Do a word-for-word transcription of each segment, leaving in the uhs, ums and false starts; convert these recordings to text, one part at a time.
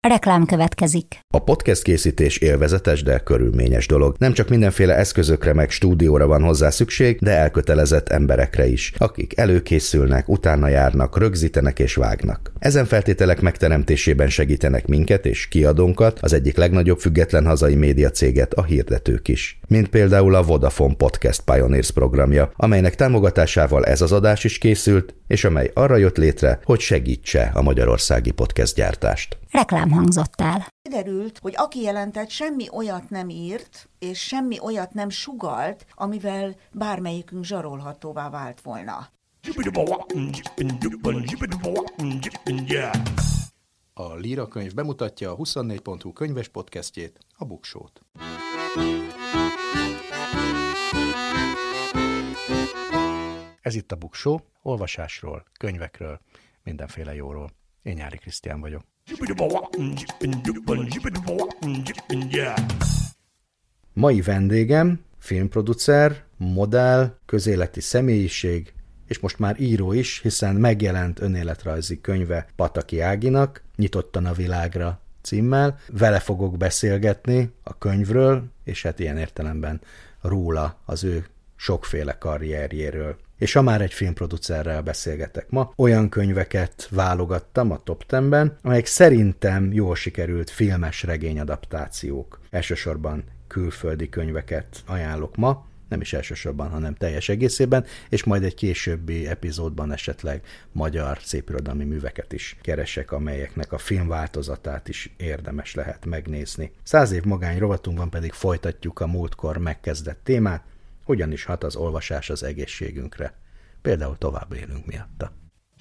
Reklám következik. A podcast készítés élvezetes, de körülményes dolog. Nem csak mindenféle eszközökre meg stúdióra van hozzá szükség, de elkötelezett emberekre is, akik előkészülnek, utána járnak, rögzítenek és vágnak. Ezen feltételek megteremtésében segítenek minket és kiadónkat, az egyik legnagyobb független hazai médiacéget, a hirdetők is. Mint például a Vodafone Podcast Pioneers programja, amelynek támogatásával ez az adás is készült, és amely arra jött létre, hogy segítse a magyarországi podcast gyártást. Reklám hangzott el. Kiderült, hogy aki jelentett, semmi olyat nem írt, és semmi olyat nem sugalt, amivel bármelyikünk zsarolhatóvá vált volna. A Líra könyv bemutatja a huszonnégy pont hu könyves podcastjét, a Buksót. Ez itt a Buksó, olvasásról, könyvekről, mindenféle jóról. Én Nyári Krisztián vagyok. Mai vendégem filmproducer, modell, közéleti személyiség, és most már író is, hiszen megjelent önéletrajzi könyve Pataki Áginak, Nyitottan a világra címmel. Vele fogok beszélgetni a könyvről, és hát ilyen értelemben róla, az ő sokféle karrierjéről. És ha már egy filmproducerrel beszélgetek ma, olyan könyveket válogattam a top tízben, amelyek szerintem jól sikerült filmes regényadaptációk. Elsősorban külföldi könyveket ajánlok ma, nem is elsősorban, hanem teljes egészében, és majd egy későbbi epizódban esetleg magyar szépirodalmi műveket is keresek, amelyeknek a filmváltozatát is érdemes lehet megnézni. Száz év magány rovatunkban pedig folytatjuk a múltkor megkezdett témát, hogyan is hat az olvasás az egészségünkre. Például tovább élünk miatta.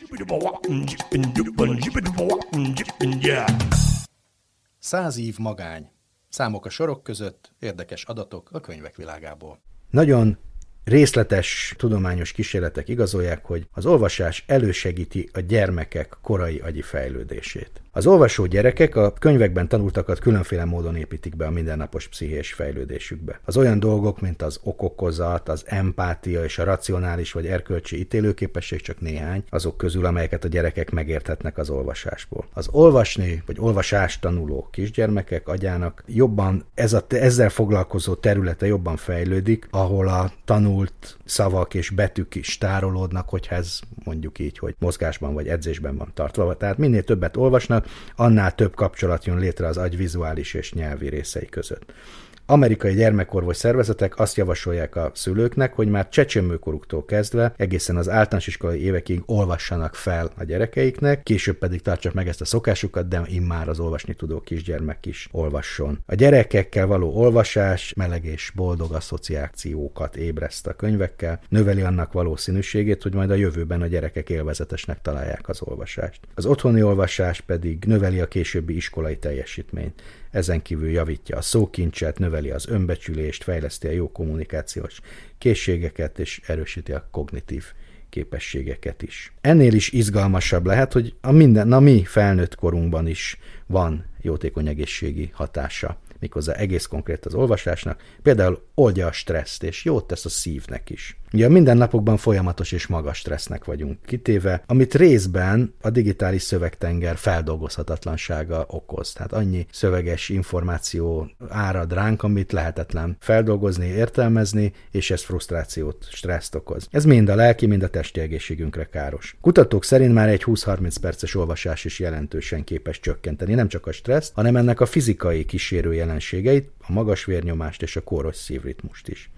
Száz év magány. Számok a sorok között, érdekes adatok a könyvek világából. Nagyon részletes tudományos kísérletek igazolják, hogy az olvasás elősegíti a gyermekek korai agyi fejlődését. Az olvasó gyerekek a könyvekben tanultakat különféle módon építik be a mindennapos pszichés fejlődésükbe. Az olyan dolgok, mint az okokozat, az empátia és a racionális vagy erkölcsi ítélőképesség csak néhány azok közül, amelyeket a gyerekek megérthetnek az olvasásból. Az olvasni vagy olvasást tanuló kisgyermekek agyának jobban ez a, ezzel foglalkozó területe jobban fejlődik, ahol a tanult szavak és betűk is tárolódnak, hogyha ez mondjuk így, hogy mozgásban vagy edzésben van tartva. Tehát minél többet olvasnak, annál több kapcsolat jön létre az agy vizuális és nyelvi részei között. Amerikai gyermekorvos szervezetek azt javasolják a szülőknek, hogy már csecsemőkoruktól kezdve egészen az általános iskolai évekig olvassanak fel a gyerekeiknek, később pedig tartsak meg ezt a szokásukat, de immár az olvasni tudó kisgyermek is olvasson. A gyerekekkel való olvasás meleg és boldog asszociációkat ébreszt a könyvekkel, növeli annak valószínűségét, hogy majd a jövőben a gyerekek élvezetesnek találják az olvasást. Az otthoni olvasás pedig növeli a későbbi iskolai teljesítményt. Ezen kívül javítja a szókincset, növeli az önbecsülést, fejleszti a jó kommunikációs készségeket és erősíti a kognitív képességeket is. Ennél is izgalmasabb lehet, hogy a minden, a mi felnőtt korunkban is van jótékony egészségi hatása, méghozzá egész konkrét az olvasásnak, például oldja a stresszt, és jót tesz a szívnek is. Ugye a mindennapokban folyamatos és magas stressznek vagyunk kitéve, amit részben a digitális szövegtenger feldolgozhatatlansága okoz. Tehát annyi szöveges információ árad ránk, amit lehetetlen feldolgozni, értelmezni, és ez frusztrációt, stresszt okoz. Ez mind a lelki, mind a testi egészségünkre káros. Kutatók szerint már egy húsz-harminc perces olvasás is jelentősen képes csökkenteni nem csak a stresszt, hanem ennek a fizikai kísérő jelenségeit, a magas vérnyomást és a kóros szívritmust is.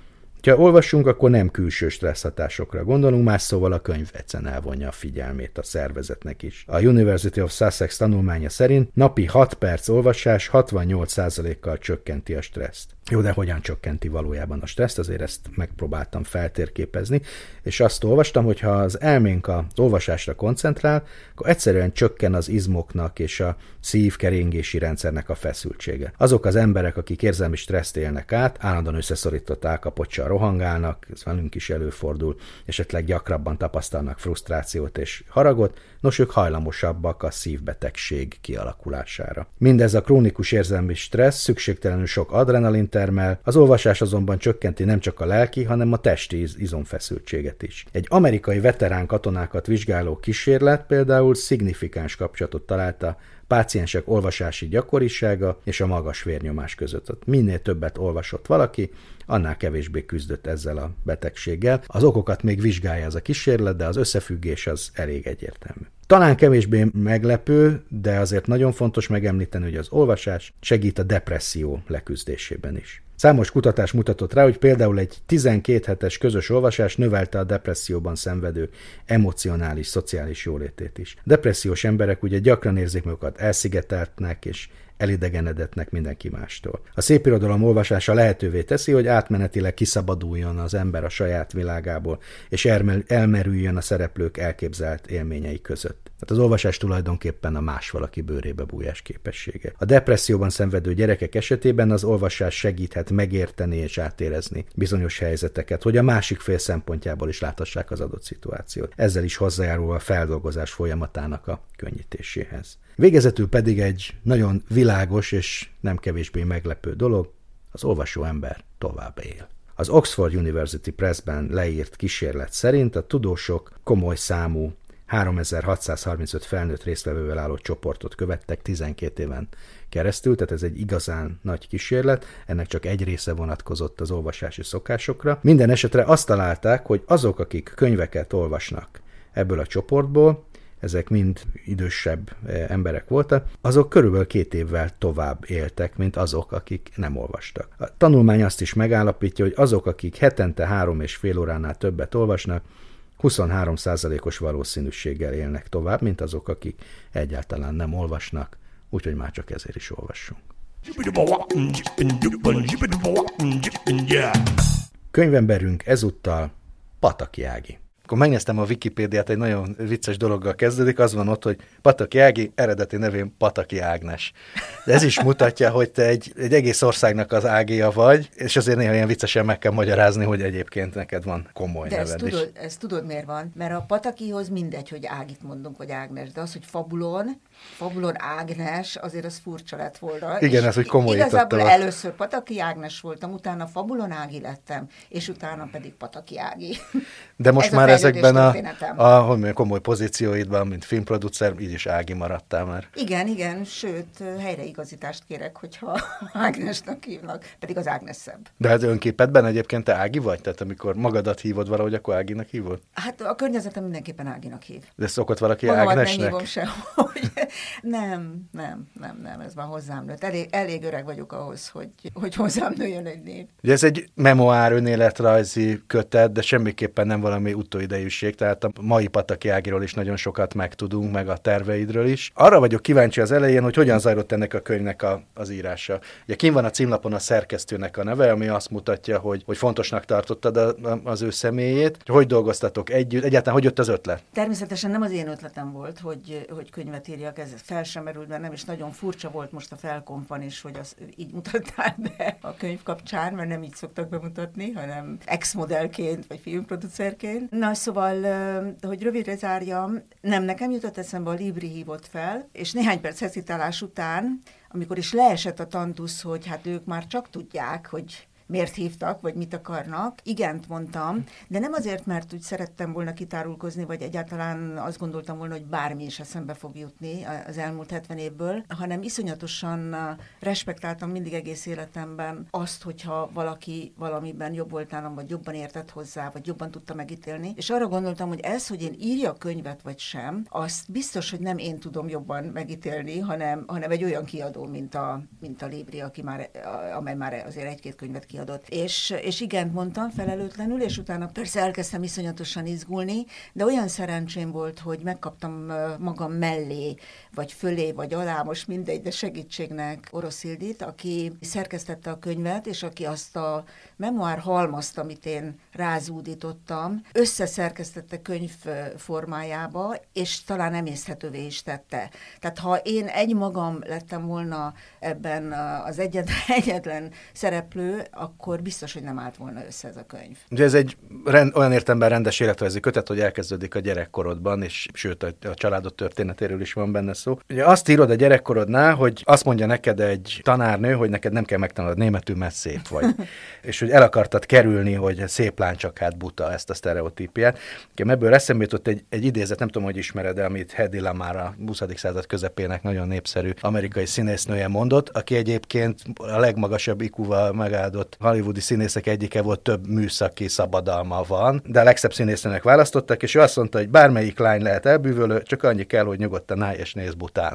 Ha olvassunk, akkor nem külső stresszhatásokra gondolunk, más szóval a könyv egyszerűen elvonja a figyelmét a szervezetnek is. A University of Sussex tanulmánya szerint napi hat perc olvasás hatvannyolc százalékkal csökkenti a stresszt. Jó, de hogyan csökkenti valójában a stresszt? Azért ezt megpróbáltam feltérképezni, és azt olvastam, hogy ha az elménk az olvasásra koncentrál, akkor egyszerűen csökken az izmoknak és a szívkeringési rendszernek a feszültsége. Azok az emberek, akik érzelmi stresszt élnek át, állandóan összeszorított állkapocsal rohangálnak, ez velünk is előfordul, esetleg gyakrabban tapasztalnak frusztrációt és haragot, nos, ők hajlamosabbak a szívbetegség kialakulására. Mindez a krónikus érzelmi stressz szükségtelenül sok adrenalin termel, az olvasás azonban csökkenti nem csak a lelki, hanem a testi izomfeszültséget is. Egy amerikai veterán katonákat vizsgáló kísérlet például szignifikáns kapcsolatot talált a páciensek olvasási gyakorisága és a magas vérnyomás között. Minél többet olvasott valaki, annál kevésbé küzdött ezzel a betegséggel. Az okokat még vizsgálja ez a kísérlet, de az összefüggés az elég egyértelmű. Talán kevésbé meglepő, de azért nagyon fontos megemlíteni, hogy az olvasás segít a depresszió leküzdésében is. Számos kutatás mutatott rá, hogy például egy tizenkét hetes közös olvasás növelte a depresszióban szenvedő emocionális, szociális jólétét is. Depressziós emberek ugye gyakran érzik magukat elszigeteltnek és elidegenedetnek mindenki mástól. A szépirodalom olvasása lehetővé teszi, hogy átmenetileg kiszabaduljon az ember a saját világából, és elmerüljön a szereplők elképzelt élményei között. Tehát az olvasás tulajdonképpen a más valaki bőrébe bújás képessége. A depresszióban szenvedő gyerekek esetében az olvasás segíthet megérteni és átérezni bizonyos helyzeteket, hogy a másik fél szempontjából is láthassák az adott szituációt. Ezzel is hozzájárul a feldolgozás folyamatának a könnyítéséhez. Végezetül pedig egy nagyon világos és nem kevésbé meglepő dolog, az olvasó ember tovább él. Az Oxford University Pressben leírt kísérlet szerint a tudósok komoly számú háromezer-hatszázharmincöt felnőtt résztvevővel álló csoportot követtek tizenkét éven keresztül, tehát ez egy igazán nagy kísérlet, ennek csak egy része vonatkozott az olvasási szokásokra. Minden esetre azt találták, hogy azok, akik könyveket olvasnak ebből a csoportból, ezek mind idősebb emberek voltak, azok körülbelül két évvel tovább éltek, mint azok, akik nem olvastak. A tanulmány azt is megállapítja, hogy azok, akik hetente három és fél óránál többet olvasnak, huszonhárom százalékos valószínűséggel élnek tovább, mint azok, akik egyáltalán nem olvasnak, úgyhogy már csak ezért is olvassunk. Könyvemberünk ezúttal Pataki Ági. Akkor megnéztem a Wikipédiát, egy nagyon vicces dologgal kezdődik, az van ott, hogy Pataki Ági, eredeti nevén Pataki Ágnes. De ez is mutatja, hogy te egy, egy egész országnak az Ágia vagy, és azért néha ilyen viccesen meg kell magyarázni, hogy egyébként neked van komoly de neved ezt is. tudod, ezt tudod miért van? Mert a Patakihoz mindegy, hogy Ágit mondunk, vagy Ágnes, de az, hogy Fabulon, Fabulon Ágnes, azért az furcsa lett volna. Igen, ez, hogy komolyította. Igazából a... először Pataki Ágnes voltam, utána Fabulon Ági lettem, és utána pedig Pataki Ági. De most ez már a ezekben a, a hogy mondjam, komoly pozícióidban, mint filmproducer, így is Ági maradtál már. Igen, igen, sőt, helyreigazítást kérek, hogyha Ágnesnak hívnak, pedig az Ágnes szebb. De hát önképedben egyébként te Ági vagy? Tehát amikor magadat hívod valahogy, akkor Áginak hívod? Hát a környezetem mindenképpen Áginak hív. De szokott valaki Magamat Ágnesnek? nem hívom sehogy. Nem, nem, nem, nem, ez már hozzám nőtt. Elég, elég öreg vagyok ahhoz, hogy, hogy hozzám nőjön egy név. Ugye ez egy memoár önéletrajzi kötet, de semmiképpen nem valami utóidejűség, tehát a mai Pataki Ágiról is nagyon sokat megtudunk, meg a terveidről is. Arra vagyok kíváncsi az elején, hogy hogyan zajlott ennek a könyvnek a, az írása. Ugye kint van a címlapon a szerkesztőnek a neve, ami azt mutatja, hogy, hogy fontosnak tartottad a, a, az ő személyét. Hogy dolgoztatok együtt? Egyáltalán hogy jött az ötlet? Természetesen nem az én ötletem volt, hogy, hogy könyvet írjak, ez fel sem merült bennem, és nagyon furcsa volt most a felkompan is, hogy az így mutattál be a könyv kapcsán, mert nem így szoktak bemutatni, hanem ex-modellként, vagy filmproducerként. Na, szóval, hogy rövidre zárjam, nem nekem jutott eszembe, a Libri hívott fel, és néhány perc hezitálás után, amikor is leesett a tantusz, hogy hát ők már csak tudják, hogy miért hívtak, vagy mit akarnak. Igent mondtam, de nem azért, mert úgy szerettem volna kitárulkozni, vagy egyáltalán azt gondoltam volna, hogy bármi is eszembe fog jutni az elmúlt hetven évből, hanem iszonyatosan respektáltam mindig egész életemben azt, hogyha valaki valamiben jobb volt nálam, vagy jobban értett hozzá, vagy jobban tudta megítélni. És arra gondoltam, hogy ez, hogy én írjak könyvet, vagy sem, azt biztos, hogy nem én tudom jobban megítélni, hanem, hanem egy olyan kiadó, mint a, mint a Libri, aki már, amely már azért egy-két könyvet kiadott. És, és igent mondtam felelőtlenül, és utána persze elkezdtem iszonyatosan izgulni, de olyan szerencsém volt, hogy megkaptam magam mellé, vagy fölé, vagy alá, most mindegy, de segítségnek Orosz Ildit, aki szerkesztette a könyvet, és aki azt a memoár halmazt, amit én rázúdítottam, összeszerkesztette könyv formájába, és talán emészthetővé is tette. Tehát ha én egy magam lettem volna ebben az egyetlen, egyetlen szereplő, akkor biztos, hogy nem állt volna össze ez a könyv. Ugye ez egy rend, olyan értelemben rendes életrajzi kötet, hogy elkezdődik a gyerekkorodban, és sőt, a, a családod történetéről is van benne szó. Ugye azt írod a gyerekkorodnál, hogy azt mondja neked egy tanárnő, hogy neked nem kell megtanulnod németül, mert szép vagy. És hogy el akartad kerülni, hogy szép lány csak hát buta, ezt a sztereotípiát. Ebből eszembe jutott egy, egy idézet, nem tudom, hogy ismered, amit Hedy Lamarr, a huszadik század közepének nagyon népszerű amerikai színésznője mondott, aki egyébként a legmagasabb í kúval megáldott hollywoodi színészek egyike volt, több műszaki szabadalma van, de a legszebb színésznőnek választottak, és ő azt mondta, hogy bármelyik lány lehet elbűvölő, csak annyi kell, hogy nyugodtan állj és nézz bután.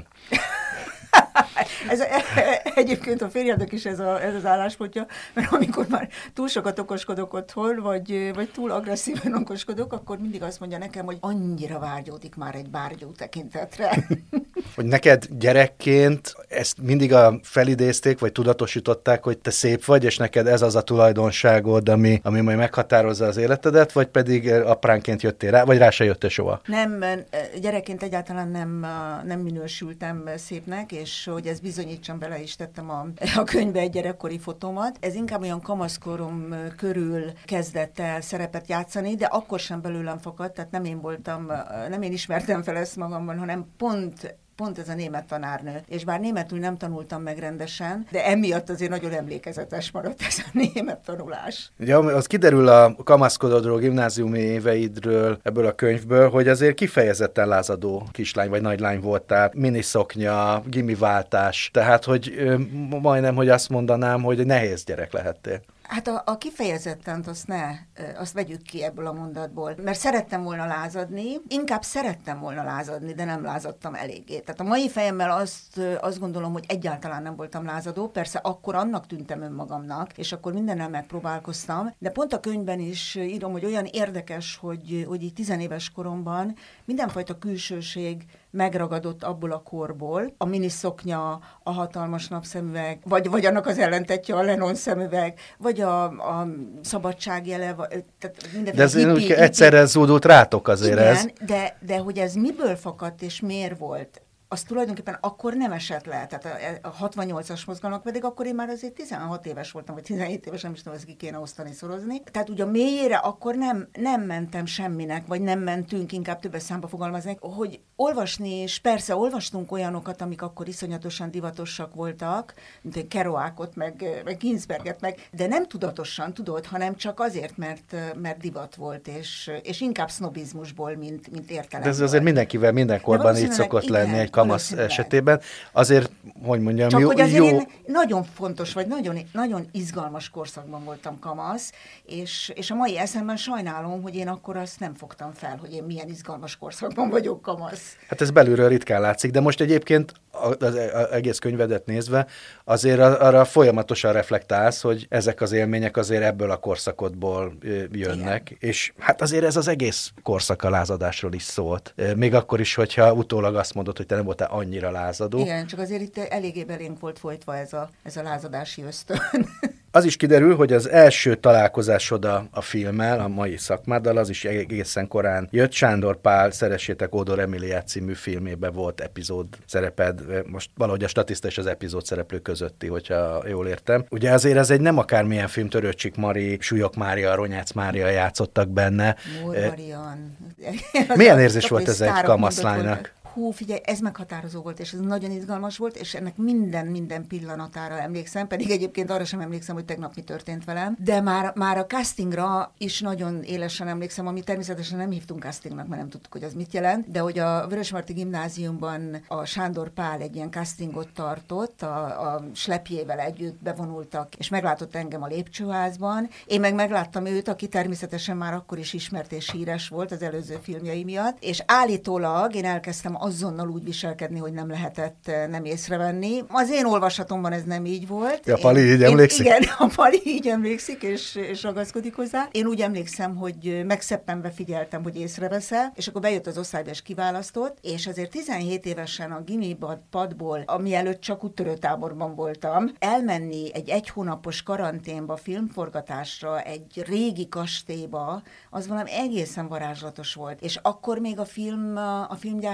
Ez, egyébként a férjednek is ez, a, ez az álláspontja, mert amikor már túl sokat okoskodok otthon, vagy, vagy túl agresszíven okoskodok, akkor mindig azt mondja nekem, hogy annyira vágyódik már egy bárgyú tekintetre. Hogy neked gyerekként ezt mindig a felidézték, vagy tudatosították, hogy te szép vagy, és neked ez az a tulajdonságod, ami, ami majd meghatározza az életedet, vagy pedig apránként jöttél rá, vagy rá se jöttél soha? Nem, gyerekként egyáltalán nem, nem minősültem szépnek, és hogy ez bizonyítsam, bele is tettem a, a könyvbe egy gyerekkori fotómat. Ez inkább olyan kamaszkorom körül kezdett el szerepet játszani, de akkor sem belőlem fakadt, tehát nem én voltam, nem én ismertem fel ezt magamban, hanem pont Pont ez a német tanárnő. És bár németül nem tanultam meg rendesen, de emiatt azért nagyon emlékezetes maradt ez a német tanulás. Ugye az kiderül a kamaszkododról, gimnáziumi éveidről, ebből a könyvből, hogy azért kifejezetten lázadó kislány vagy nagylány voltál, miniszoknya, gimiváltás, tehát hogy ö, majdnem, hogy azt mondanám, hogy egy nehéz gyerek lehettél. Hát a, a kifejezettent azt ne, azt vegyük ki ebből a mondatból, mert szerettem volna lázadni, inkább szerettem volna lázadni, de nem lázadtam eléggé. Tehát a mai fejemmel azt, azt gondolom, hogy egyáltalán nem voltam lázadó, persze akkor annak tűntem önmagamnak, és akkor mindennel megpróbálkoztam, de pont a könyvben is írom, hogy olyan érdekes, hogy, hogy így tizenéves koromban mindenfajta külsőség megragadott abból a korból, a miniszoknya, a hatalmas napszemüveg, vagy, vagy annak az ellentetje a Lennon szemüveg, vagy a, a szabadságjele, vagy, tehát de ez hippie, egyszerre zúdult rátok azért. Igen, ez. De, de hogy ez miből fakadt és miért volt, az tulajdonképpen akkor nem esett le. Tehát a, a hatvannyolcas mozgalmak pedig akkor én már azért tizenhat éves voltam, vagy tizenhét éves, nem is tudom, ezt ki kéne osztani, szorozni. Tehát ugye a mélyére akkor nem, nem mentem semminek, vagy nem mentünk, inkább többes számba fogalmaznék, hogy olvasni, és persze olvastunk olyanokat, amik akkor iszonyatosan divatosak voltak, mint Kerouacot, meg, meg Ginsberget, meg, de nem tudatosan, tudod, hanem csak azért, mert, mert divat volt, és, és inkább sznobizmusból, mint, mint értelemből. De ez azért mindenkivel, mindenkorban így szokott igen, lenni egy kamasz esetében. Azért, hogy mondjam, csak jó... hogy azért jó... én nagyon fontos, vagy nagyon, nagyon izgalmas korszakban voltam kamasz, és, és a mai eszemben sajnálom, hogy én akkor azt nem fogtam fel, hogy én milyen izgalmas korszakban vagyok kamasz. Hát ez belülről ritkán látszik, de most egyébként az egész könyvedet nézve azért arra folyamatosan reflektálsz, hogy ezek az élmények azért ebből a korszakodból jönnek, igen. És hát azért ez az egész korszak a lázadásról is szólt. Még akkor is, hogyha utólag azt mondod, hogy te nem voltál annyira lázadó. Igen, csak azért itt eléggé belénk volt folytva ez a, ez a lázadási ösztön. Az is kiderül, hogy az első találkozásod a, a filmmel, a mai szakmáddal, az is egészen korán jött. Sándor Pál Szeressétek Ódor Emiliát című filmében volt epizód szereped, most valahogy a statiszta és az epizód szereplő közötti, hogyha jól értem. Ugye azért ez egy nem akármilyen film, Törőcsik Mari, Súlyog Mária, Ronyác Mária játszottak benne. Mór Marian. Milyen érzés volt ez egy kamaszlánynak? Hú, figyelj, ez meghatározó volt, és ez nagyon izgalmas volt, és ennek minden-minden pillanatára emlékszem, pedig egyébként arra sem emlékszem, hogy tegnap mi történt velem, de már, már a castingra is nagyon élesen emlékszem, ami természetesen nem hívtunk castingnak, mert nem tudtuk, hogy az mit jelent, de hogy a Vörösmarty Gimnáziumban a Sándor Pál egy ilyen castingot tartott, a, a slepjével együtt bevonultak, és meglátott engem a lépcsőházban. Én meg megláttam őt, aki természetesen már akkor is ismert és híres volt az előző filmjei miatt, és állítólag én elkezdtem azonnal úgy viselkedni, hogy nem lehetett nem észrevenni. Az én olvasatomban ez nem így volt. Ja, Pali így én, emlékszik? Igen, a Pali így emlékszik, és, és ragaszkodik hozzá. Én úgy emlékszem, hogy megszeppenve figyeltem, hogy észreveszel, és akkor bejött az osztályba, és kiválasztott, és azért tizenhét évesen a gimi padból, ami előtt csak úttörőtáborban voltam, elmenni egy egy hónapos karanténba, filmforgatásra, egy régi kastélyba, az valami egészen varázslatos volt. És akkor még a film, a filmgyártás,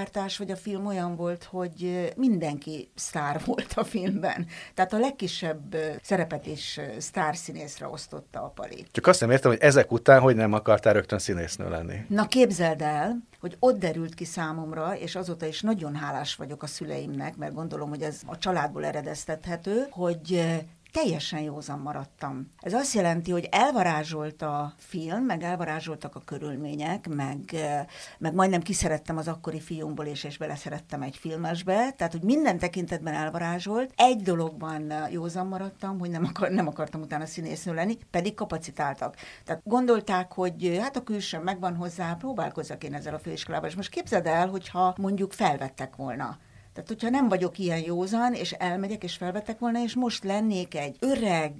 hogy a film olyan volt, hogy mindenki sztár volt a filmben. Tehát a legkisebb szerepet is sztárszínészre osztotta a Pali. Csak azt nem értem, hogy ezek után hogy nem akartál rögtön színésznő lenni. Na képzeld el, hogy ott derült ki számomra, és azóta is nagyon hálás vagyok a szüleimnek, mert gondolom, hogy ez a családból eredeztethető, hogy teljesen józan maradtam. Ez azt jelenti, hogy elvarázsolt a film, meg elvarázsoltak a körülmények, meg, meg majdnem kiszerettem az akkori fiúmból, és, és beleszerettem egy filmesbe, tehát, hogy minden tekintetben elvarázsolt. Egy dologban józan maradtam, hogy nem, akar, nem akartam utána színésznő lenni, pedig kapacitáltak. Tehát gondolták, hogy hát a külsőm megvan hozzá, próbálkozzak én ezzel a főiskolában, és most képzeld el, hogyha mondjuk felvettek volna. Tehát, hogyha nem vagyok ilyen józan, és elmegyek, és felvettek volna, és most lennék egy öreg,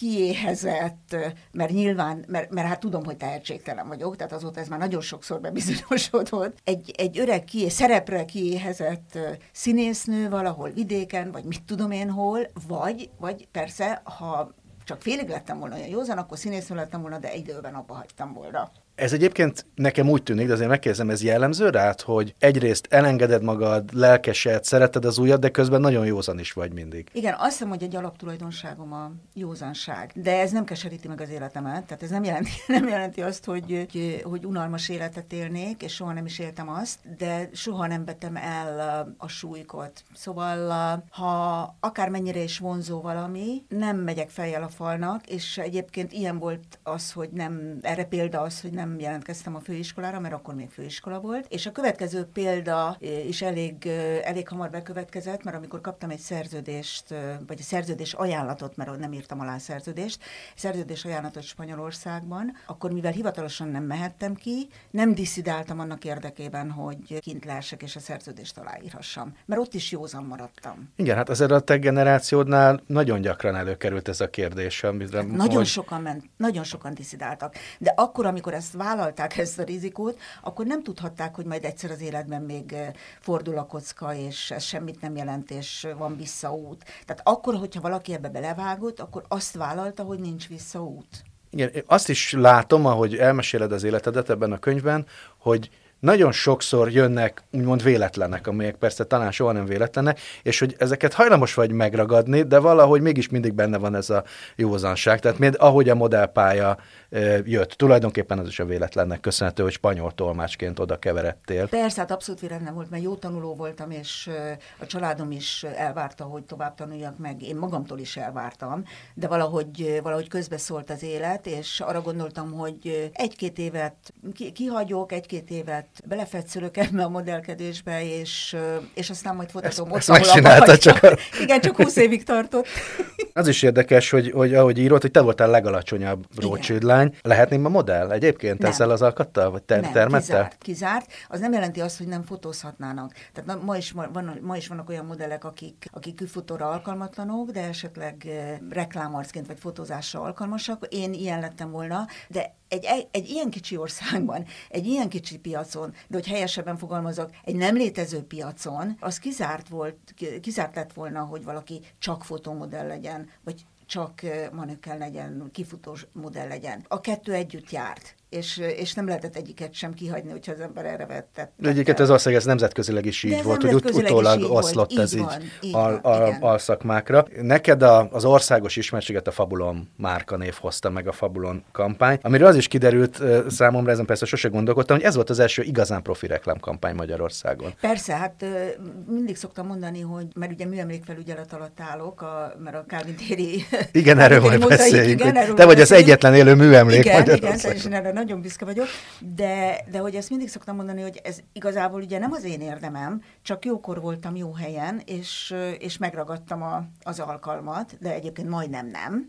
kiéhezett, mert nyilván, mert, mert hát tudom, hogy tehetségtelen vagyok, tehát azóta ez már nagyon sokszor bebizonyosodott, egy, egy öreg, kié, szerepre kiéhezett színésznő valahol vidéken, vagy mit tudom én hol, vagy, vagy persze, ha csak félig lettem volna olyan józan, akkor színésznő lettem volna, de egy időben abba hagytam volna. Ez egyébként nekem úgy tűnik, de azért megkérdezem, ez jellemző rád, hogy egyrészt elengeded magad, lelkesed, szereted az újat, de közben nagyon józan is vagy mindig. Igen, azt hiszem, hogy egy alaptulajdonságom a józanság, de ez nem keseríti meg az életemet, tehát ez nem jelenti, nem jelenti azt, hogy, hogy, hogy unalmas életet élnék, és soha nem is éltem azt, de soha nem vettem el a súlykot. Szóval, ha akármennyire is vonzó valami, nem megyek fejjel a falnak, és egyébként ilyen volt az, hogy nem, erre példa az, hogy nem nem jelentkeztem a főiskolára, mert akkor még főiskola volt, és a következő példa is elég, elég hamar bekövetkezett, mert amikor kaptam egy szerződést, vagy egy szerződés ajánlatot, mert nem írtam alá a szerződést, szerződés ajánlatot Spanyolországban, akkor mivel hivatalosan nem mehettem ki, nem disszidáltam annak érdekében, hogy kint lehessek és a szerződést aláírhassam, mert ott is józan maradtam. Igen, hát azért a te generációdnál nagyon gyakran előkerült ez a kérdés. Amire, hát nagyon hogy... sokan ment, nagyon sokan disszidáltak, de akkor, amikor ezt vállalták ezt a rizikót, akkor nem tudhatták, hogy majd egyszer az életben még fordul a kocka, és ez semmit nem jelent, és van visszaút. Tehát akkor, hogyha valaki ebbe belevágott, akkor azt vállalta, hogy nincs visszaút. Igen, azt is látom, ahogy elmeséled az életedet ebben a könyvben, hogy nagyon sokszor jönnek úgymond véletlenek, amelyek persze talán soha nem véletlenek, és hogy ezeket hajlamos vagy megragadni, de valahogy mégis mindig benne van ez a józanság. Tehát mind, ahogy a modellpálya e, jött, tulajdonképpen az is a véletlennek köszönhető, hogy spanyol tolmácsként oda keveredtél. Persze, hát abszolút véletlen volt, mert jó tanuló voltam, és a családom is elvárta, hogy tovább tanuljak meg. Én magamtól is elvártam, de valahogy, valahogy közbeszólt az élet, és arra gondoltam, hogy egy-két évet kihagyok, egy-két évet belefetszülök ebbe a modellkedésbe, és, és aztán majd folytatom ott, ezt megcsináltad, csak a... Igen, csak húsz évig tartott. Az is érdekes, hogy, hogy ahogy írod, hogy te voltál legalacsonyabb Rothschild lány. Lehetném a modell egyébként nem. ezzel az alkattal? Vagy ter- nem, termettel? Kizárt, kizárt. Az nem jelenti azt, hogy nem fotózhatnának. Tehát na, ma, is, van, ma is vannak olyan modellek, akik, akik külfotóra alkalmatlanok, de esetleg eh, reklámarcként vagy fotózásra alkalmasak. Én ilyen lettem volna, de Egy, egy, egy ilyen kicsi országban, egy ilyen kicsi piacon, de hogy helyesebben fogalmazok, egy nem létező piacon, az kizárt volt, kizárt lett volna, hogy valaki csak fotómodell legyen, vagy csak manökkel legyen, kifutós modell legyen. A kettő együtt járt. És, és nem lehetett egyiket sem kihagyni, hogyha az ember erre vett. De egyiket az ország, ez nemzetközileg is így volt, hogy ut- utólag oszlott így ez így, van, így al- al- alszakmákra. Neked a, az országos ismertséget a Fabulon márkanév hozta meg, a Fabulon kampány, amiről az is kiderült uh, számomra, ezen persze sose gondolkodtam, hogy ez volt az első igazán profi reklámkampány Magyarországon. Persze, hát uh, mindig szoktam mondani, hogy, mert ugye műemlékfelügyelet alatt állok, a, mert a Kálvin téri... Igen, erről majd beszéljünk. Te vagy az egyetlen élő műemlék igen, Magyarországon. Igen, igen, nagyon büszke vagyok, de, de hogy ezt mindig szoktam mondani, hogy ez igazából ugye nem az én érdemem, csak jókor voltam jó helyen, és, és megragadtam a, az alkalmat, de egyébként majdnem nem.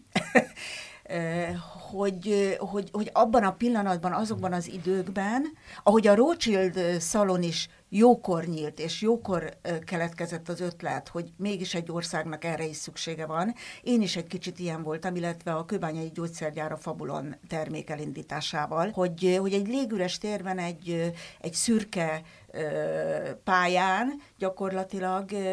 hogy, hogy, hogy abban a pillanatban, azokban az időkben, ahogy a Rothschild szalon is jókor nyílt, és jókor keletkezett az ötlet, hogy mégis egy országnak erre is szüksége van. Én is egy kicsit ilyen voltam, illetve a kőbányai gyógyszergyár a Fabulon termék elindításával, hogy, hogy egy légüres térben egy, egy szürke pályán gyakorlatilag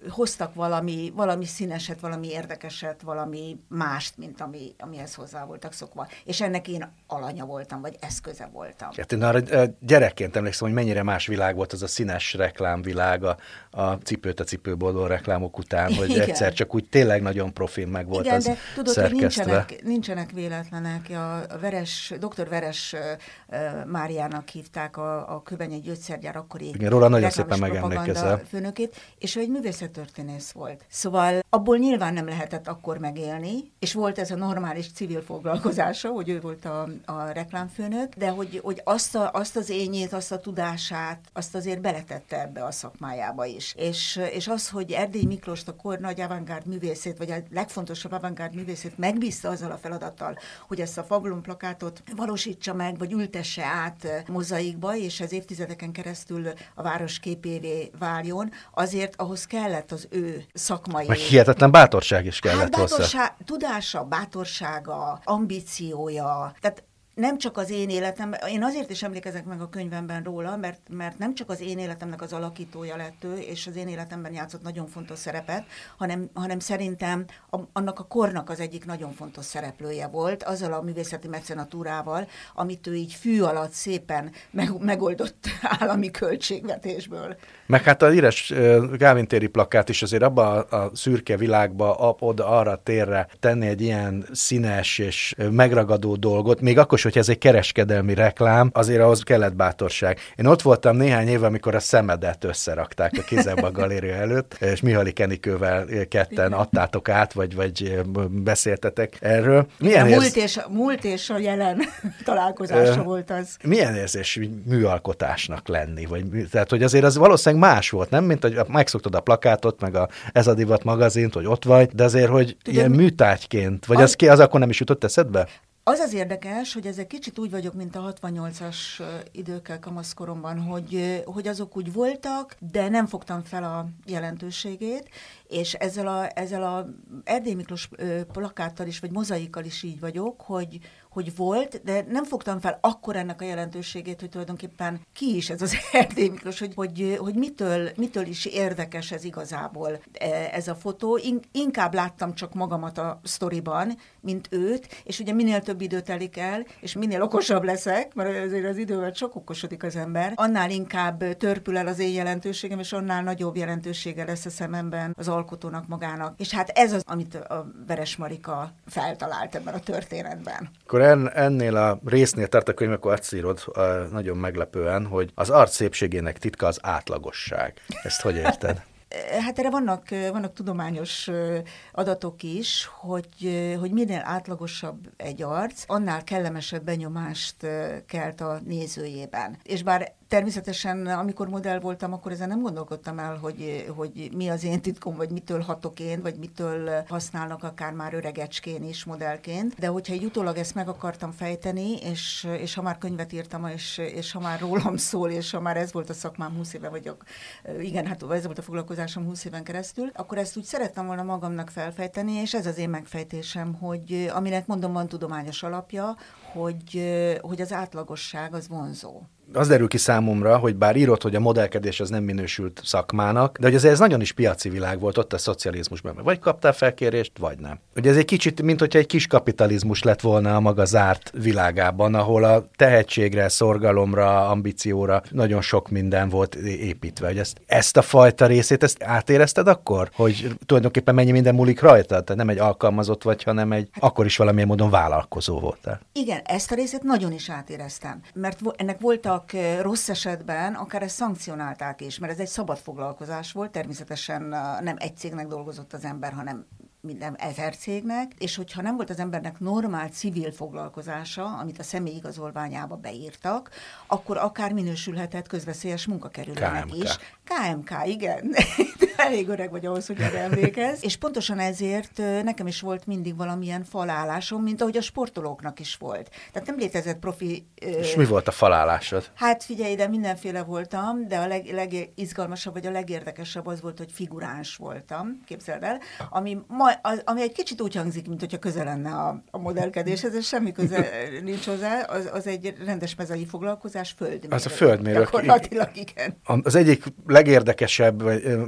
hoztak valami, valami színeset, valami érdekeset, valami mást, mint ami, amihez hozzá voltak szokva. És ennek én alanya voltam, vagy eszköze voltam. Hát én arra gyerekként emlékszem, hogy mennyire más világ volt az a színes reklámvilág a, a cipőt a cipőboltból reklámok után, hogy igen. egyszer csak úgy tényleg nagyon profil meg volt igen, az de tudod, szerkesztve. Hogy nincsenek, nincsenek véletlenek. A Veres, doktor Veres uh, Máriának hívták a, a Köbenyei gyógyszergyár akkori igen, róla nagyon szépen megemlékezel. Főnökét, és ő egy művészettörténész volt. Szóval abból nyilván nem lehetett akkor megélni, és volt ez a normális civil foglalkozása, hogy ő volt a, a reklámfőnök, de hogy, hogy azt, a, azt az ényét, azt a tudását, azt azért beletette ebbe a szakmájába is. És, és az, hogy Erdélyi Miklóst, a kor nagy avantgárd művészét, vagy a legfontosabb avantgárd művészét megbízta azzal a feladattal, hogy ezt a Fabulum plakátot valósítsa meg, vagy ültesse át mozaikba, és ez évtizedeken keresztül a város képévé váljon, azért ahhoz kellett az ő szakmai... Meg hihetetlen bátorság is kellett hát bátorság, hozzá. Tudása, bátorsága, ambíciója, tehát nem csak az én életemben, én azért is emlékezek meg a könyvemben róla, mert, mert nem csak az én életemnek az alakítója lett ő, és az én életemben játszott nagyon fontos szerepet, hanem, hanem szerintem a, annak a kornak az egyik nagyon fontos szereplője volt, azzal a művészeti mecenatúrával, amit ő így fű alatt szépen meg, megoldott állami költségvetésből. Meg hát a híres uh, Gálvin téri plakát is azért abba a, a szürke világba, oda arra térre tenni egy ilyen színes és megragadó dolgot, még akkor hogy ez egy kereskedelmi reklám, azért ahhoz kellett bátorság. Én ott voltam néhány éve, amikor a Szemedet összerakták a Kézebba galéria előtt, és Mihaly Enikővel ketten adtátok át, vagy, vagy beszéltetek erről. Milyen a érz... múlt, és, múlt és a jelen találkozása uh, volt az. Milyen érzés műalkotásnak lenni? Vagy, tehát, hogy azért az valószínűleg más volt, nem? Mint, hogy megszoktad a plakátot, meg a Ez a Divat magazint, hogy ott vagy, de azért, hogy Tudod, ilyen műtárgyként, vagy az, az, ki, az akkor nem is jutott eszedbe? Az az érdekes, hogy ez egy kicsit úgy vagyok, mint a hatvannyolcas időkkel kamaszkoromban, hogy, hogy azok úgy voltak, de nem fogtam fel a jelentőségét, és ezzel a, ezzel a Erdélyi Miklós plakáttal is, vagy mozaikkal is így vagyok, hogy, hogy volt, de nem fogtam fel akkor ennek a jelentőségét, hogy tulajdonképpen ki is ez az Erdélyi Miklós, hogy, hogy, hogy mitől, mitől is érdekes ez igazából ez a fotó. Inkább láttam csak magamat a sztoriban, mint őt, és ugye minél több idő telik el, és minél okosabb leszek, mert azért az idővel csak okosodik az ember, annál inkább törpül el az én jelentőségem, és annál nagyobb jelentősége lesz a szememben az alkotónak magának. És hát ez az, amit a Veres Marika feltalált ebben a történetben. Akkor en, ennél a résznél tart a könyv, akkor azt írod nagyon meglepően, hogy az arc szépségének titka az átlagosság. Ezt hogy érted? Hát erre vannak, vannak tudományos adatok is, hogy, hogy minél átlagosabb egy arc, annál kellemesebb benyomást kelt a nézőjében. És bár természetesen, amikor modell voltam, akkor ezen nem gondolkodtam el, hogy, hogy mi az én titkom, vagy mitől hatok én, vagy mitől használnak akár már öregecskén is modellként. De hogyha egy utólag ezt meg akartam fejteni, és, és ha már könyvet írtam, és, és ha már rólam szól, és ha már ez volt a szakmám húsz éve vagyok, igen, hát ez volt a foglalkozásom húsz éven keresztül, akkor ezt úgy szerettem volna magamnak felfejteni, és ez az én megfejtésem, hogy aminek mondom, van tudományos alapja, hogy, hogy az átlagosság az vonzó. Az derül ki számomra, hogy bár írod, hogy a modellkedés az nem minősült szakmának, de hogy azért ez nagyon is piaci világ volt ott a szocializmusban. Vagy kaptál felkérést, vagy nem. Ugye ez egy kicsit, mint hogyha egy kis kapitalizmus lett volna a maga zárt világában, ahol a tehetségre, szorgalomra, ambícióra nagyon sok minden volt építve. Hogy ezt, ezt a fajta részét, ezt átérezted akkor? Hogy tulajdonképpen mennyi minden múlik rajta? Tehát nem egy alkalmazott vagy, hanem egy akkor is valamilyen módon vállalkozó voltál. Igen, ezt a részét nagyon is átéreztem. Mert ennek voltak rossz esetben akár ezt szankcionálták is, mert ez egy szabad foglalkozás volt, természetesen nem egy cégnek dolgozott az ember, hanem minden ezer cégnek, és hogyha nem volt az embernek normál civil foglalkozása, amit a személyigazolványába beírtak, akkor akár minősülhetett közveszélyes munkakerülőnek is. ká em ká, igen. Elég öreg vagy ahhoz, hogy erre emlékezz. És pontosan ezért nekem is volt mindig valamilyen falállásom, mint ahogy a sportolóknak is volt. Tehát nem létezett profi... És mi volt a falállásod? Hát figyelj ide, mindenféle voltam, de a leg, legizgalmasabb, vagy a legérdekesebb az volt, hogy figuráns voltam, képzeld el, ami, ma, az, ami egy kicsit úgy hangzik, mint hogyha közel lenne a, a modellkedéshez, ez semmi köze nincs hozzá, az, az egy rendes mezei foglalkozás, földmérő. Az a földmérő. Gyakorlatilag igen. Az egyik legérdekesebb, meg a korszak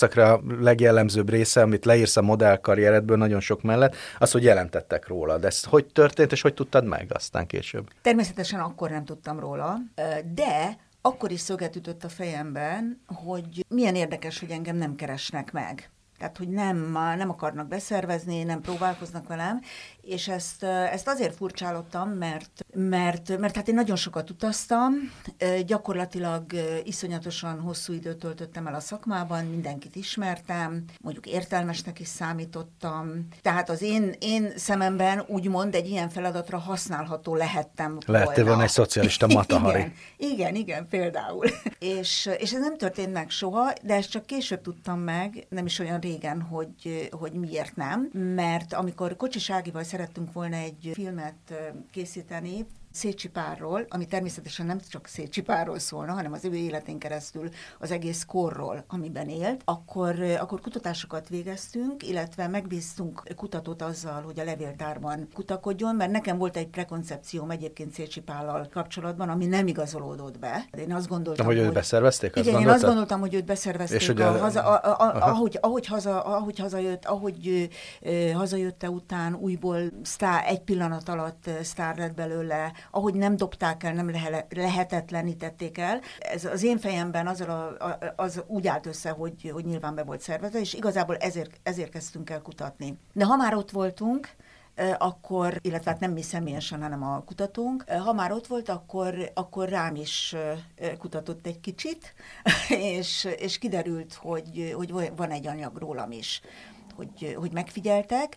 korszakra a legjellemzőbb része, amit leírsz a modellkarrieredből nagyon sok mellett, az, hogy jelentettek róla. De ez hogy történt, és hogy tudtad meg aztán később? Természetesen akkor nem tudtam róla, de akkor is szöget ütött a fejemben, hogy milyen érdekes, hogy engem nem keresnek meg. Tehát, hogy nem, nem akarnak beszervezni, nem próbálkoznak velem, és ezt, ezt azért furcsálottam, mert, mert, mert hát én nagyon sokat utaztam, gyakorlatilag iszonyatosan hosszú időt töltöttem el a szakmában, mindenkit ismertem, mondjuk értelmesnek is számítottam, tehát az én, én szememben úgymond egy ilyen feladatra használható lehettem Lehettél volna egy szocialista Mata-Hari. Igen, igen, igen, például. és, és ez nem történt meg soha, de ezt csak később tudtam meg, nem is olyan régen, hogy, hogy miért nem, mert amikor Kocsis Ágival szerettünk volna egy filmet készíteni, Szécsi Párról, ami természetesen nem csak Szécsi Párról szólna, hanem az ő életén keresztül az egész korról, amiben élt, akkor, akkor kutatásokat végeztünk, illetve megbíztunk kutatót azzal, hogy a levéltárban kutakodjon, mert nekem volt egy prekoncepcióm egyébként Szécsi Pállal kapcsolatban, ami nem igazolódott be. Én azt gondoltam, hogy... hogy őt beszervezték? Igen, én azt gondoltam, hogy őt beszervezték, és a, a, haza, a, a, a, ahogy, ahogy, haza, ahogy hazajött, ahogy ö, hazajötte után újból sztár, egy pillanat alatt sztár lett belőle, ahogy nem dobták el, nem lehe, lehetetlenítették el. Ez az én fejemben az, a, az úgy állt össze, hogy, hogy nyilván be volt szervezve, és igazából ezért, ezért kezdtünk el kutatni. De ha már ott voltunk, akkor, illetve hát nem mi személyesen, hanem a kutatónk, ha már ott volt, akkor, akkor rám is kutatott egy kicsit, és, és kiderült, hogy, hogy van egy anyag rólam is, hogy, hogy megfigyeltek,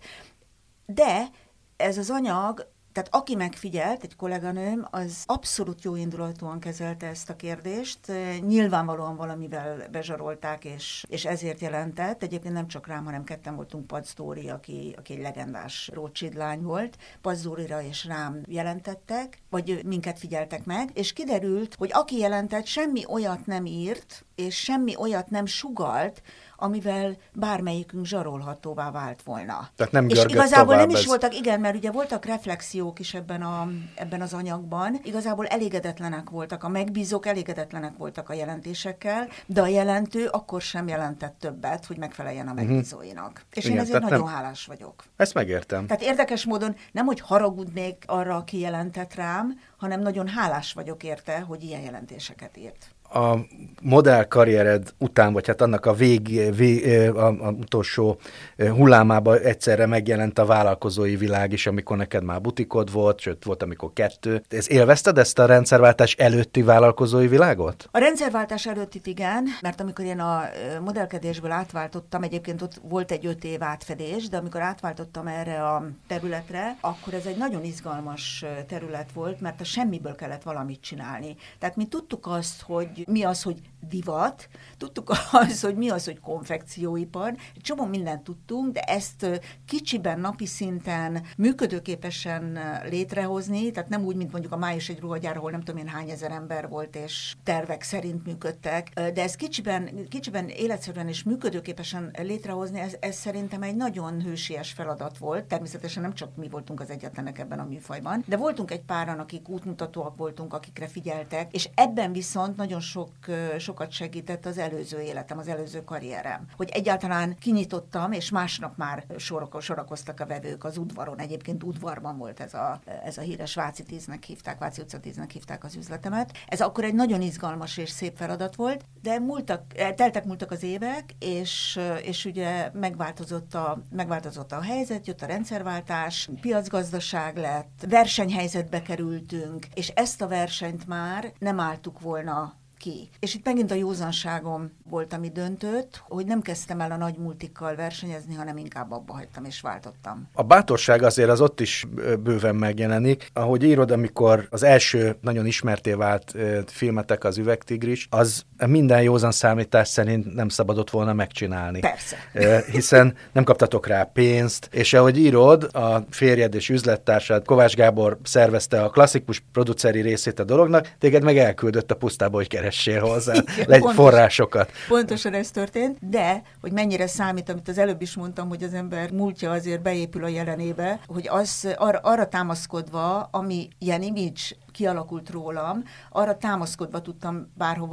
de ez az anyag, tehát aki megfigyelt, egy kolléganőm, az abszolút jó indulatúan kezelte ezt a kérdést. Nyilvánvalóan valamivel bezsarolták, és, és ezért jelentett. Egyébként nem csak rám, hanem ketten voltunk, Pacz Dóri, aki, aki egy legendás Rothschild lány volt. Pacz Dórira és rám jelentettek, vagy minket figyeltek meg, és kiderült, hogy aki jelentett, semmi olyat nem írt, és semmi olyat nem sugalt, amivel bármelyikünk zsarolhatóvá vált volna. Tehát nem és igazából nem is ez... voltak, igen, mert ugye voltak reflexiók is ebben, a, ebben az anyagban, igazából elégedetlenek voltak, a megbízók elégedetlenek voltak a jelentésekkel, de a jelentő akkor sem jelentett többet, hogy megfeleljen a megbízóinak. Uh-huh. És igen, én ezért nagyon nem... hálás vagyok. Ezt megértem. Tehát érdekes módon nem, hogy haragudnék arra, aki jelentett rám, hanem nagyon hálás vagyok érte, hogy ilyen jelentéseket írt. A modell karriered után, vagy hát annak a vég, vég a, a utolsó hullámában egyszerre megjelent a vállalkozói világ is, amikor neked már butikod volt, sőt volt, amikor kettő. Ez élvezted ezt a rendszerváltás előtti vállalkozói világot? A rendszerváltás előttit igen, mert amikor én a modellkedésből átváltottam, egyébként ott volt egy öt év átfedés, de amikor átváltottam erre a területre, akkor ez egy nagyon izgalmas terület volt, mert a semmiből kellett valamit csinálni. Tehát mi tudtuk azt, hogy mi az, hogy divat, tudtuk az, hogy mi az, hogy konfekcióipar, egy csomó mindent tudtunk, de ezt kicsiben, napi szinten működőképesen létrehozni, tehát nem úgy, mint mondjuk a Május egy ruhagyár, ahol nem tudom én hány ezer ember volt, és tervek szerint működtek, de ez kicsiben, kicsiben életszerűen és működőképesen létrehozni, ez, ez szerintem egy nagyon hősies feladat volt. Természetesen nem csak mi voltunk az egyetlenek ebben a műfajban, de voltunk egy páran, akik útmutatóak voltunk, akikre figyeltek, és ebben viszont nagyon sok, sokat segített az előző életem, az előző karrierem. Hogy egyáltalán kinyitottam, és másnap már sorok, sorakoztak a vevők az udvaron. Egyébként udvarban volt ez a, ez a híres Váci tíznek hívták, Váci utca tíznek hívták az üzletemet. Ez akkor egy nagyon izgalmas és szép feladat volt, de múltak, teltek múltak az évek, és, és ugye megváltozott a, megváltozott a helyzet, jött a rendszerváltás, piacgazdaság lett, versenyhelyzetbe kerültünk, és ezt a versenyt már nem álltuk volna ki. És itt megint a józanságom volt, ami döntött, hogy nem kezdtem el a nagy multikkal versenyezni, hanem inkább abba hagytam és váltottam. A bátorság azért az ott is bőven megjelenik. Ahogy írod, amikor az első nagyon ismerté vált filmetek, az Üvegtigris, az minden józan számítás szerint nem szabadott volna megcsinálni. Persze. Hiszen nem kaptatok rá pénzt, és ahogy írod, a férjed és üzlettársad Kovács Gábor szervezte a klasszikus produceri részét a dolognak, téged meg elküldött a pusztába, hogy keressél hozzá legy forrásokat. Pontosan ez történt, de hogy mennyire számít, amit az előbb is mondtam, hogy az ember múltja azért beépül a jelenébe, hogy az arra, arra támaszkodva, ami ilyen image kialakult rólam, arra támaszkodva tudtam bárhova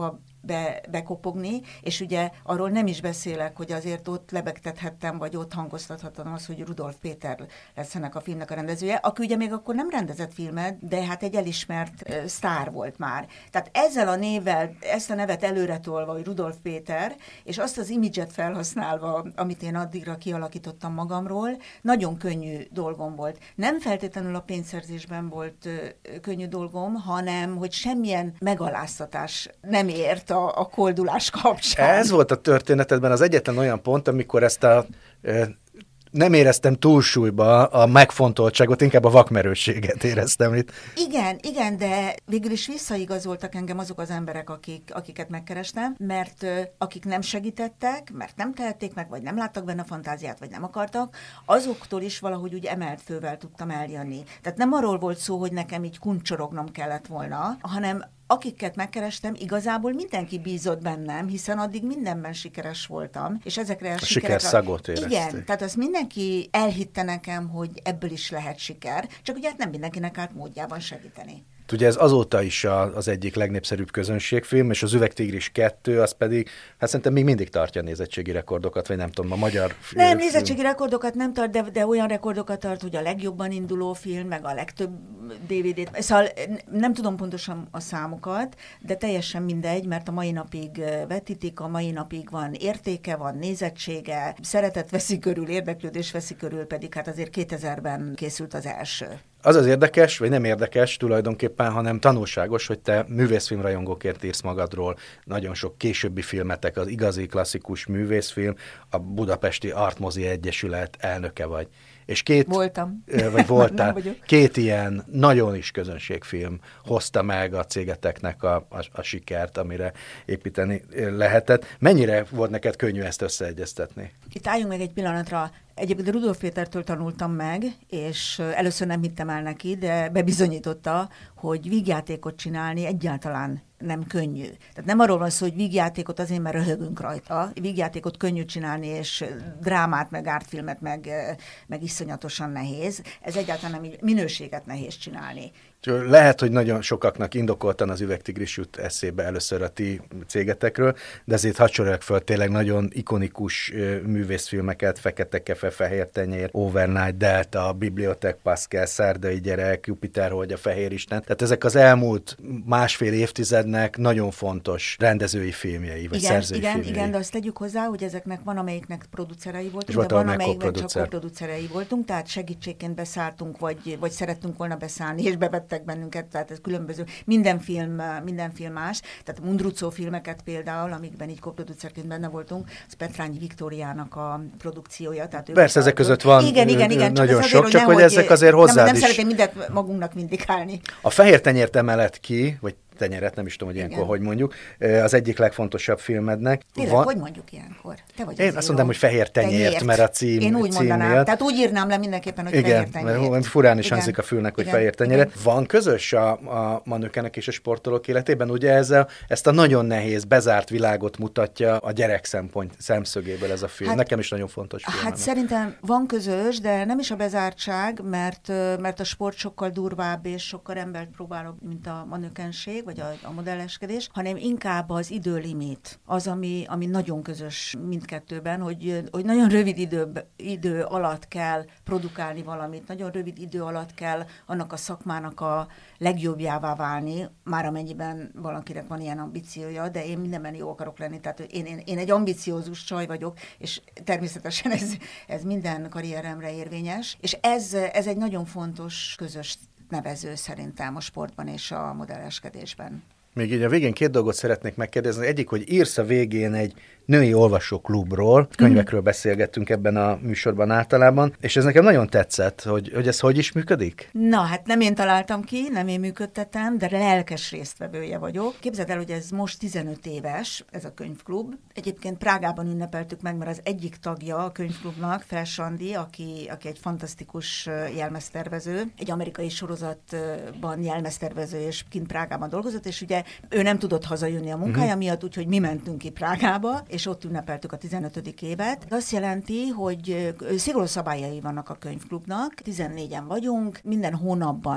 be, bekopogni, és ugye arról nem is beszélek, hogy azért ott lebegtethettem, vagy ott hangoztathattam az, hogy Rudolf Péter lesz ennek a filmnek a rendezője, aki ugye még akkor nem rendezett filmet, de hát egy elismert uh, sztár volt már. Tehát ezzel a névvel, ezt a nevet előretolva, hogy Rudolf Péter, és azt az imidzset felhasználva, amit én addigra kialakítottam magamról, nagyon könnyű dolgom volt. Nem feltétlenül a pénzszerzésben volt uh, könnyű dolgom, hanem hogy semmilyen megaláztatás nem ért a, a koldulás kapcsán. Ez volt a történetedben az egyetlen olyan pont, amikor ezt a... Uh, nem éreztem túlsúlyba a megfontoltságot, inkább a vakmerősséget éreztem itt. Igen, igen, de végül is visszaigazoltak engem azok az emberek, akik, akiket megkerestem, mert uh, akik nem segítettek, mert nem tehették meg, vagy nem láttak benne fantáziát, vagy nem akartak, azoktól is valahogy úgy emelt fővel tudtam eljönni. Tehát nem arról volt szó, hogy nekem így kuncsorognom kellett volna, hanem akiket megkerestem, igazából mindenki bízott bennem, hiszen addig mindenben sikeres voltam, és ezekre a, a siker szagot érezték. Igen, tehát azt mindenki elhitte nekem, hogy ebből is lehet siker, csak ugye hát nem mindenkinek állt módjában segíteni. Ugye ez azóta is a, az egyik legnépszerűbb közönségfilm, és az Üvegtigris kettő, az pedig, hát szerintem még mindig tartja a nézettségi rekordokat, vagy nem tudom, a magyar Nem, film. nézettségi rekordokat nem tart, de, de olyan rekordokat tart, hogy a legjobban induló film, meg a legtöbb dé vé dét. Szóval nem tudom pontosan a számokat, de teljesen mindegy, mert a mai napig vetítik, a mai napig van értéke, van nézettsége, szeretet veszi körül, érdeklődés veszi körül, pedig hát azért kétezerben készült az első. Az az érdekes, vagy nem érdekes tulajdonképpen, hanem tanulságos, hogy te művészfilmrajongókért írsz magadról. Nagyon sok későbbi filmetek, az igazi klasszikus művészfilm, a Budapesti Artmozi Egyesület elnöke vagy. És két, Voltam. Vagy voltál, két ilyen nagyon is közönségfilm hozta meg a cégeteknek a, a, a sikert, amire építeni lehetett. Mennyire volt neked könnyű ezt összeegyeztetni? Itt álljunk meg egy pillanatra. Egyébként Rudolf Pétertől tanultam meg, és először nem hittem el neki, de bebizonyította, hogy vígjátékot csinálni egyáltalán nem könnyű. Tehát nem arról van szó, hogy vígjátékot azért, mert röhögünk rajta. Vígjátékot könnyű csinálni, és drámát, meg ártfilmet, meg, meg iszonyatosan nehéz. Ez egyáltalán nem így, minőséget nehéz csinálni. Lehet, hogy nagyon sokaknak indokoltan az Üvegtigris jut eszébe először a ti cégetekről, de ezért hadd soroljak föl tényleg nagyon ikonikus művészfilmeket, Fekete kefe, Fehér tenyér, Overnight, Delta, Bibliotek Pascal, Szárdai gyerek, Jupiter holdja, Fehér Isten. Tehát ezek az elmúlt másfél évtizednek nagyon fontos rendezői filmjei, vagy igen, szerzői igen, filmjei. Igen, de azt tegyük hozzá, hogy ezeknek van, amelyiknek producerei voltunk, volt, de van, amelyiknek csak koproducerei voltunk, tehát segítségként beszálltunk, vagy, vagy szerettünk volna beszállni, és bevettek bennünket, tehát ez különböző, minden film, minden film más, tehát a Mundruczó filmeket például, amikben így koproducerként benne voltunk, az Petrányi Viktóriának a produkciója. Tehát persze, ezek között van igen, igen, igen, nagyon csak sok, azért, csak hogy, hogy ezek azért hozzád nem, nem is. szeretném mindent magunknak vindikálni. A Fehér tenyért emelet ki, vagy tenyeret, nem is tudom, hogy ilyenkor igen. hogy mondjuk, az egyik legfontosabb filmednek. Tényleg, van... hogy mondjuk ilyenkor? Te vagy Én azt mondtam, hogy Fehér tenyért, tenyért, mert a cím Én úgy cím mondanám, miatt. Tehát úgy írnám le mindenképpen, hogy igen, fehér tenyért. Igen, mert furán is igen. hangzik a fülnek, hogy igen. fehér tenyeret. Igen. Van közös a, a manőkenek és a sportolók életében? Ugye ezzel, ezt a nagyon nehéz, bezárt világot mutatja a gyerek szempont, szemszögéből ez a film. Hát, nekem is nagyon fontos film. Hát ennek. Szerintem van közös, de nem is a bezártság, mert, mert a sport sokkal durvább és sokkal embert próbálok, mint a manőkenség, vagy a, a modelleskedés, hanem inkább az időlimit, az, ami, ami nagyon közös mindkettőben, hogy, hogy nagyon rövid idő, idő alatt kell produkálni valamit, nagyon rövid idő alatt kell annak a szakmának a legjobbjává válni, már amennyiben valakinek van ilyen ambíciója, de én mindenben jó akarok lenni, tehát én, én, én egy ambiciózus csaj vagyok, és természetesen ez, ez minden karrieremre érvényes, és ez, ez egy nagyon fontos közös nevező szerintem a sportban és a modelleskedésben. Még így a végén két dolgot szeretnék megkérdezni. Egyik, hogy írsz a végén egy női olvasóklubról, könyvekről beszélgettünk ebben a műsorban általában, és ez nekem nagyon tetszett, hogy, hogy ez hogy is működik? Na, hát nem én találtam ki, nem én működtetem, de lelkes résztvevője vagyok. Képzeld el, hogy ez most tizenöt éves, ez a könyvklub. Egyébként Prágában ünnepeltük meg, mert az egyik tagja a könyvklubnak, Fels Andi, aki, aki egy fantasztikus jelmeztervező, egy amerikai sorozatban jelmeztervező, és kint Prágában dolgozott, és ugye ő nem tudott hazajönni a munkája uh-huh. miatt, úgyhogy mi mentünk ki Prágába, és ott ünnepeltük a tizenötödik évet. Azt jelenti, hogy szigorú szabályai vannak a könyvklubnak, tizennégyen vagyunk, minden hónapban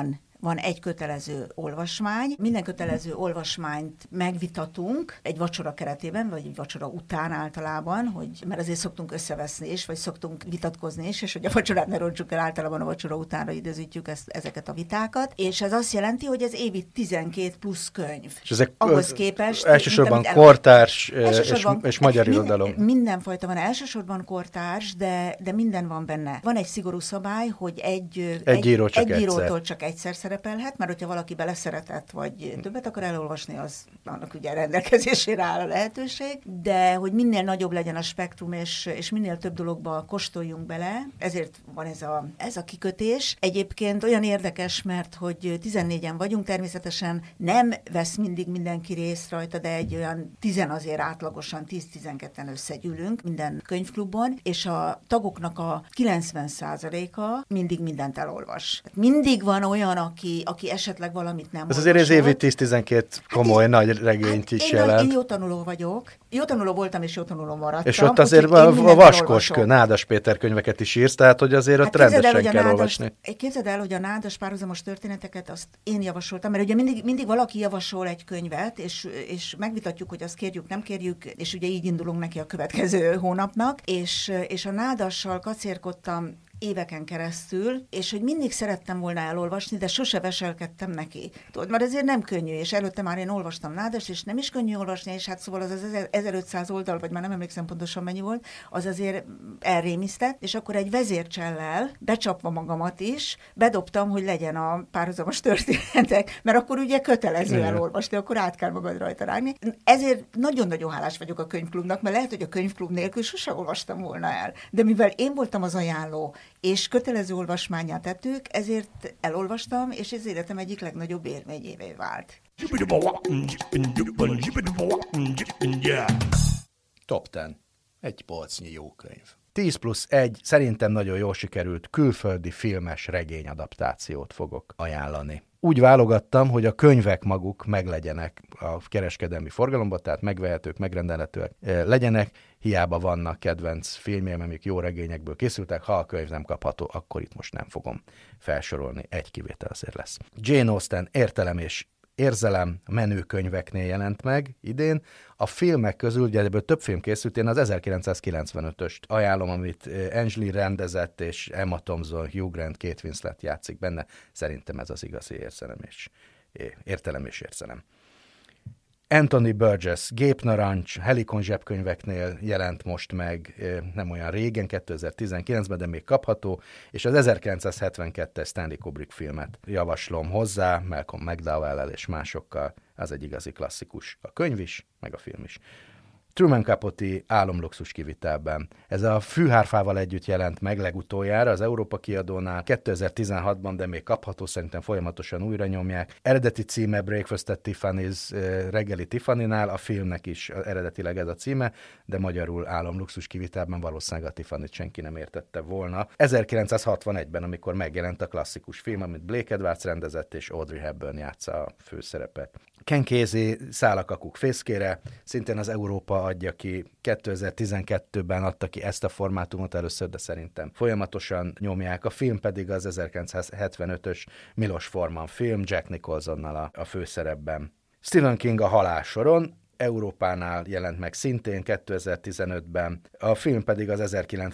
van egy kötelező olvasmány. Minden kötelező olvasmányt megvitatunk egy vacsora keretében, vagy egy vacsora után általában, hogy, mert azért szoktunk összeveszni is, vagy szoktunk vitatkozni is, és hogy a vacsorát ne rontsuk el, általában a vacsora utánra időzítjük ezt, ezeket a vitákat. És ez azt jelenti, hogy ez évi tizenkét plusz könyv. És ezek ahhoz képest... Elsősorban mint, kortárs elsősorban, és, és magyar irodalom. Minden, mindenfajta van, elsősorban kortárs, de, de minden van benne. Van egy szigorú szabály, hogy egy, egy, egy, író csak egy egyszer. írótól csak egyszer szerepelhet, mert hogyha valaki beleszeretett, vagy többet akar elolvasni, az annak ugye rendelkezésére áll a lehetőség, de hogy minél nagyobb legyen a spektrum, és, és minél több dologba kóstoljunk bele, ezért van ez a, ez a kikötés. Egyébként olyan érdekes, mert hogy tizennégyen vagyunk, természetesen nem vesz mindig mindenki részt rajta, de egy olyan tizen azért átlagosan tíz-tizenketten összegyűlünk minden könyvklubban, és a tagoknak a kilencven százaléka mindig mindent elolvas. Mindig van olyan, aki, aki esetleg valamit nem ez olvasott. azért az évi tíz-tizenkét komoly hát nagy regényt hát is én, jelent. Én jó tanuló vagyok. Jó tanuló voltam, és jó tanuló maradtam. És ott azért a, a vaskos kö, Nádas Péter könyveket is írsz, tehát hogy azért hát ott rendesen el, kell nádas, olvasni. Képzeld el, hogy a nádas párhuzamos történeteket azt én javasoltam, mert ugye mindig, mindig valaki javasol egy könyvet, és, és megvitatjuk, hogy azt kérjük, nem kérjük, és ugye így indulunk neki a következő hónapnak, és, és a nádassal kacérkodtam éveken keresztül, és hogy mindig szerettem volna elolvasni, de sose veselkedtem neki. Tudod, mert ezért nem könnyű, és előtte már én olvastam Nádast, és nem is könnyű olvasni, és hát szóval az az ezerötszáz oldal, vagy már nem emlékszem pontosan mennyi volt, az azért elrémisztett, és akkor egy vezércsellel, becsapva magamat is, bedobtam, hogy legyen a párhuzamos történetek, mert akkor ugye kötelező elolvasni, akkor át kell magad rajta rágni. Ezért nagyon-nagyon hálás vagyok a könyvklubnak, mert lehet, hogy a könyvklub nélkül sose olvastam volna el. De mivel én voltam az ajánló, és kötelező olvasmányát tettük, ezért elolvastam, és ez életem egyik legnagyobb élményévé vált. Top tíz. Egy polcnyi jó könyv. tíz plusz egy szerintem nagyon jól sikerült külföldi filmes regényadaptációt fogok ajánlani. Úgy válogattam, hogy a könyvek maguk meglegyenek a kereskedelmi forgalomban, tehát megvehetők, megrendelhetőek legyenek, hiába vannak kedvenc filmjeim, amik jó regényekből készültek, ha a könyv nem kapható, akkor itt most nem fogom felsorolni, egy kivétel azért lesz. Jane Austen Értelem és Érzelem menőkönyveknél jelent meg idén. A filmek közül, ugye ebből több film készült, én az ezerkilencszázkilencvenötöst ajánlom, amit Ang Lee rendezett, és Emma Thompson, Hugh Grant, Kate Winslet játszik benne. Szerintem ez az igazi érzelem és, értelem és érzelem. Anthony Burgess, Gépnarancs, Helikon zsebkönyveknél jelent most meg nem olyan régen, kétezer-tizenkilencben, de még kapható, és az ezerkilencszázhetvenkettes Stanley Kubrick filmet javaslom hozzá, Malcolm McDowell-el és másokkal, az egy igazi klasszikus. A könyv is, meg a film is. Truman Capote Álomluxus kivitelben. Ez a Fűhárfával együtt jelent meg legutoljára az Európa kiadónál kétezer-tizenhatban, de még kapható, szerintem folyamatosan újra nyomják. Eredeti címe Breakfast at Tiffany's, reggeli Tiffany-nál, a filmnek is eredetileg ez a címe, de magyarul Álomluxus kivitelben valószínűleg a Tiffany-t senki nem értette volna. ezerkilencszázhatvanegyben, amikor megjelent a klasszikus film, amit Blake Edwards rendezett, és Audrey Hepburn játsza a főszerepet. Ken Kesey Szál a kakuk fészkére, szintén az Európa adja ki, kétezer-tizenkettőben adta ki ezt a formátumot először, de szerintem folyamatosan nyomják. A film pedig az ezerkilencszázhetvenötös Milos Forman film, Jack Nicholsonnal a, a főszerepben. Stephen King a Halálsoron, Európánál jelent meg szintén kétezer-tizenötben. A film pedig az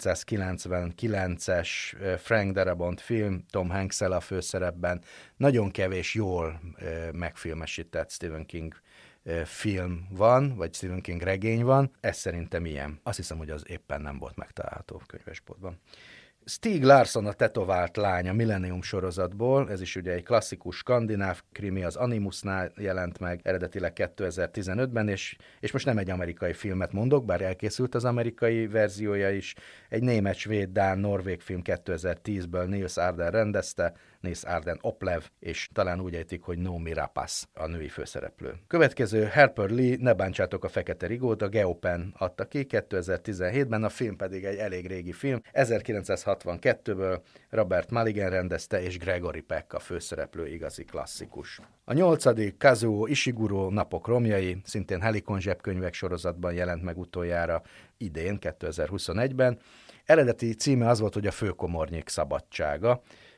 ezerkilencszázkilencvenkilences Frank Darabont film, Tom Hanks-el a főszerepben. Nagyon kevés jól megfilmesített Stephen King film van, vagy Stephen King regény van. Ez szerintem ilyen. Azt hiszem, hogy az éppen nem volt megtalálható könyvesboltban. Stieg Larsson a tetovált lány a Millennium sorozatból, ez is ugye egy klasszikus skandináv krimi, az Animusnál jelent meg eredetileg kétezer-tizenötben, és, és most nem egy amerikai filmet mondok, bár elkészült az amerikai verziója is, egy német, svéd, dán, norvég film kétezer-tízből Nils Arden rendezte, Nils Arden Oplev, és talán úgy ejtik, hogy Noomi Rapace a női főszereplő. Következő Harper Lee, Ne bántsátok a fekete rigót, a Geopen adta ki kétezer-tizenhétben, a film pedig egy elég régi film, ezerkilencszázhatvankettőből Robert Mulligan rendezte, és Gregory Peck a főszereplő, igazi klasszikus. A nyolcadik Kazuo Ishiguro Napok romjai, szintén Helikon zsebkönyvek sorozatban jelent meg utoljára idén, kétezer-huszonegyben. Eredeti címe az volt, hogy a főkomornyik szabadsága.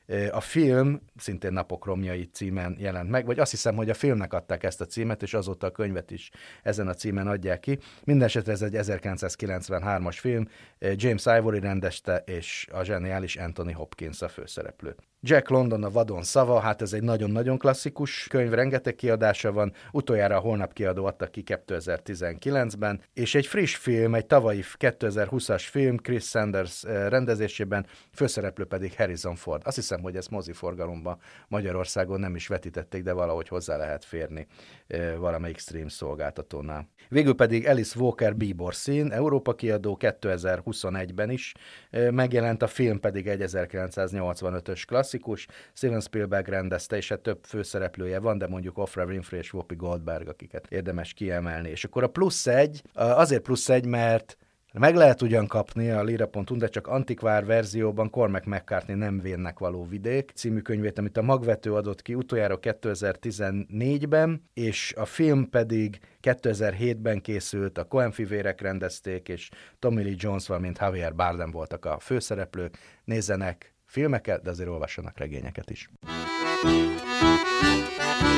A film szintén Napok romjai címen jelent meg, vagy azt hiszem, hogy a filmnek adták ezt a címet, és azóta a könyvet is ezen a címen adják ki. Mindenesetre ez egy ezerkilencszázkilencvenhármas film, James Ivory rendezte, és a zseniális Anthony Hopkins a főszereplő. Jack London, a vadon szava, hát ez egy nagyon-nagyon klasszikus könyv, rengeteg kiadása van, utoljára a Holnap kiadó adta ki kétezer-tizenkilencben, és egy friss film, egy tavalyi kétezer-húszas film, Chris Sanders rendezésében, főszereplő pedig Harrison Ford. Azt hiszem, hogy ezt moziforgalomban Magyarországon nem is vetítették, de valahogy hozzá lehet férni valamelyik stream szolgáltatónál. Végül pedig Alice Walker Bíbor szín, Európa kiadó, kétezer-huszonegyben is megjelent, a film pedig egy ezerkilencszáznyolcvanötös klasszikus, Steven Spielberg rendezte, és hát több főszereplője van, de mondjuk Oprah Winfrey és Whoopi Goldberg, akiket érdemes kiemelni. És akkor a plusz egy, azért plusz egy, mert meg lehet ugyan kapni a lira pont hu, de csak antikvár verzióban Cormac McCartney Nem vénnek való vidék című könyvét, amit a Magvető adott ki utoljára kétezer-tizennégyben, és a film pedig kétezer-hétben készült, a Coen fivérek rendezték, és Tommy Lee Jones, valamint Javier Bardem voltak a főszereplők. Nézzenek filmeket, de azért olvassanak regényeket is.